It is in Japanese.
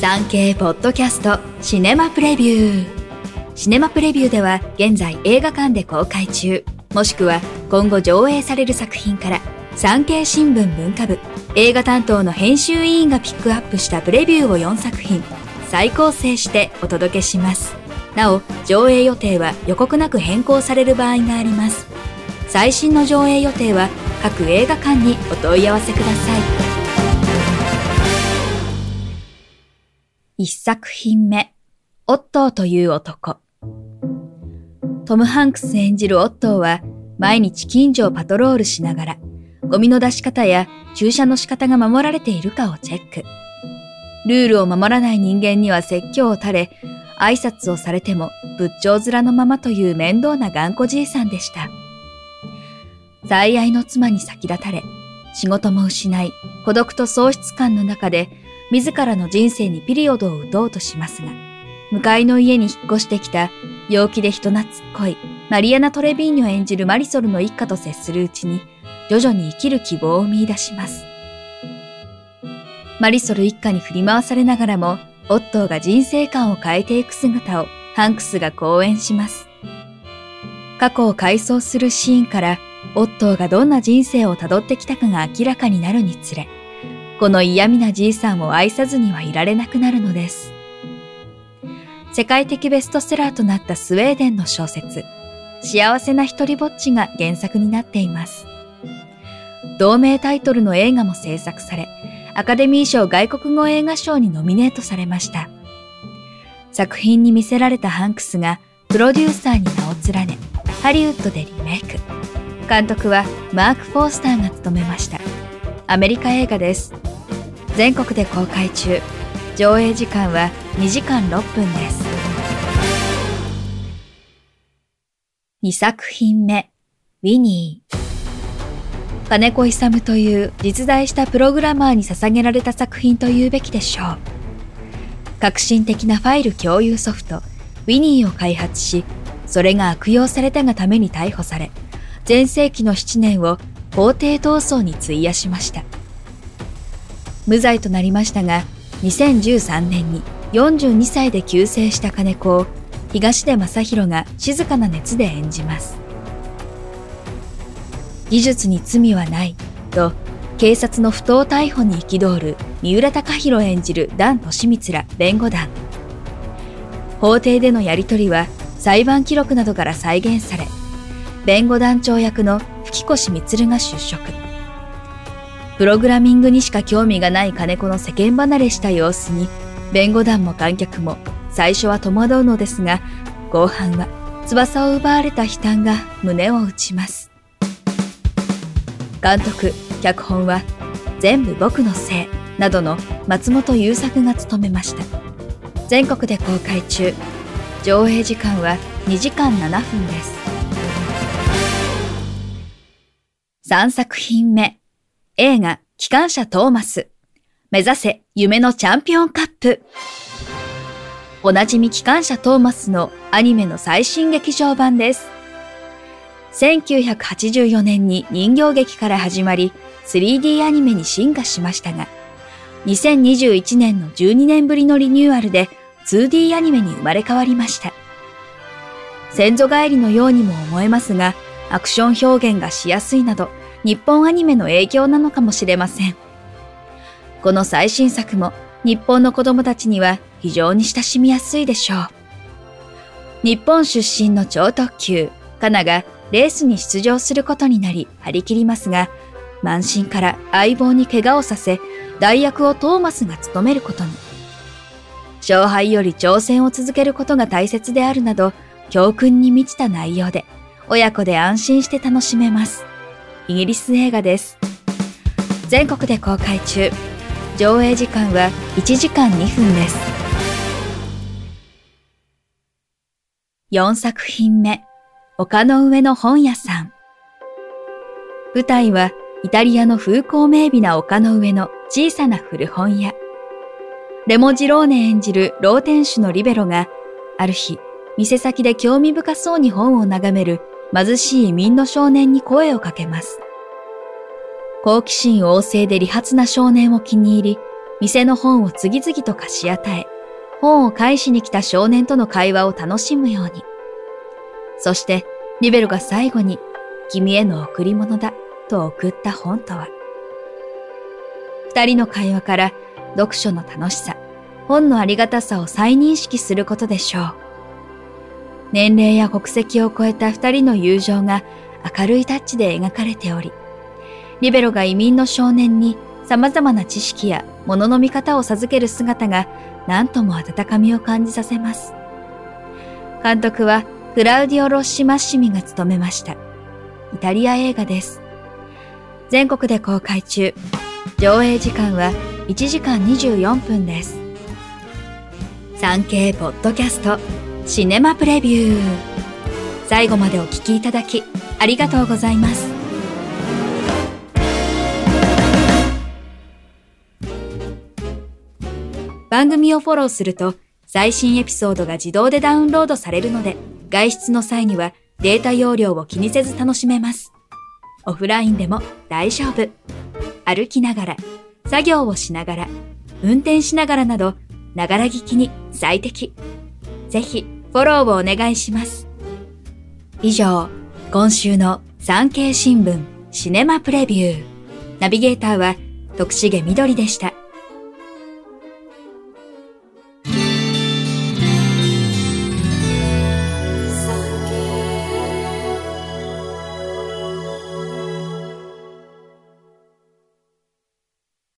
産経ポッドキャストシネマプレビュー。シネマプレビューでは現在映画館で公開中、もしくは今後上映される作品から産経新聞文化部映画担当の編集委員がピックアップしたプレビューを4作品再構成してお届けします。なお、上映予定は予告なく変更される場合があります。最新の上映予定は各映画館にお問い合わせください。1作品目、オットーという男。トム・ハンクス演じるオットーは毎日近所をパトロールしながらゴミの出し方や駐車の仕方が守られているかをチェック。ルールを守らない人間には説教を垂れ、挨拶をされても仏頂面のままという面倒な頑固じいさんでした。最愛の妻に先立たれ、仕事も失い、孤独と喪失感の中で自らの人生にピリオドを打とうとしますが、向かいの家に引っ越してきた陽気で人懐っこいマリアナ・トレビーニョ演じるマリソルの一家と接するうちに徐々に生きる希望を見出します。マリソル一家に振り回されながらもオットーが人生観を変えていく姿をハンクスが講演します。過去を回想するシーンからオットーがどんな人生をたどってきたかが明らかになるにつれ、この嫌味なじいさんを愛さずにはいられなくなるのです。世界的ベストセラーとなったスウェーデンの小説、幸せな一人ぼっちが原作になっています。同名タイトルの映画も制作され、アカデミー賞外国語映画賞にノミネートされました。作品に魅せられたハンクスがプロデューサーに名を連ね、ハリウッドでリメイク。監督はマーク・フォースターが務めました。アメリカ映画です。全国で公開中。上映時間は2時間6分です。2作品目、ウィニー。金子勇という実在したプログラマーに捧げられた作品と言うべきでしょう。革新的なファイル共有ソフト、ウィニーを開発し、それが悪用されたがために逮捕され、全盛期の7年を法廷闘争に費やしました。無罪となりましたが、2013年に42歳で急逝した金子を東出昌大が静かな熱で演じます。技術に罪はないと警察の不当逮捕に憤る三浦貴大演じる段俊光ら弁護団。法廷でのやり取りは裁判記録などから再現され、弁護団長役の吹越充が出職。プログラミングにしか興味がない金子の世間離れした様子に、弁護団も観客も最初は戸惑うのですが、後半は翼を奪われた悲嘆が胸を打ちます。監督、脚本は全部僕のせいなどの松本優作が務めました。全国で公開中。上映時間は2時間7分です。3作品目、映画機関車トーマス。目指せ夢のチャンピオンカップ。おなじみ機関車トーマスのアニメの最新劇場版です。1984年に人形劇から始まり 3D アニメに進化しましたが、2021年の12年ぶりのリニューアルで 2D アニメに生まれ変わりました。先祖返りのようにも思えますが、アクション表現がしやすいなど日本アニメの影響なのかもしれません。この最新作も日本の子供たちには非常に親しみやすいでしょう。日本出身の超特急カナがレースに出場することになり張り切りますが、慢心から相棒に怪我をさせ代役をトーマスが務めることに。勝敗より挑戦を続けることが大切であるなど教訓に満ちた内容で親子で安心して楽しめます。イギリス映画です。全国で公開中。上映時間は1時間2分です。4作品目、丘の上の本屋さん。舞台はイタリアの風光明媚な丘の上の小さな古本屋。レモ・ジローネ演じる老店主のリベロが、ある日、店先で興味深そうに本を眺める貧しい移民の少年に声をかけます。好奇心旺盛で利発な少年を気に入り、 店の本を次々と貸し与え、本を返しに来た少年との会話を楽しむように。そして、リベロが最後に、君への贈り物だと送った本とは。二人の会話から読書の楽しさ、本のありがたさを再認識することでしょう。年齢や国籍を超えた二人の友情が明るいタッチで描かれており、リベロが移民の少年に様々な知識や物の見方を授ける姿が何とも温かみを感じさせます。監督はクラウディオ・ロッシ・マッシミが務めました。イタリア映画です。全国で公開中。上映時間は1時間24分です。産経ポッドキャストシネマプレビュー。最後までお聞きいただきありがとうございます。番組をフォローすると最新エピソードが自動でダウンロードされるので、外出の際にはデータ容量を気にせず楽しめます。オフラインでも大丈夫。歩きながら、作業をしながら、運転しながらなど、ながら聞きに最適。ぜひフォローをお願いします。以上、今週の産経新聞シネマプレビュー。ナビゲーターは徳重みどりでした。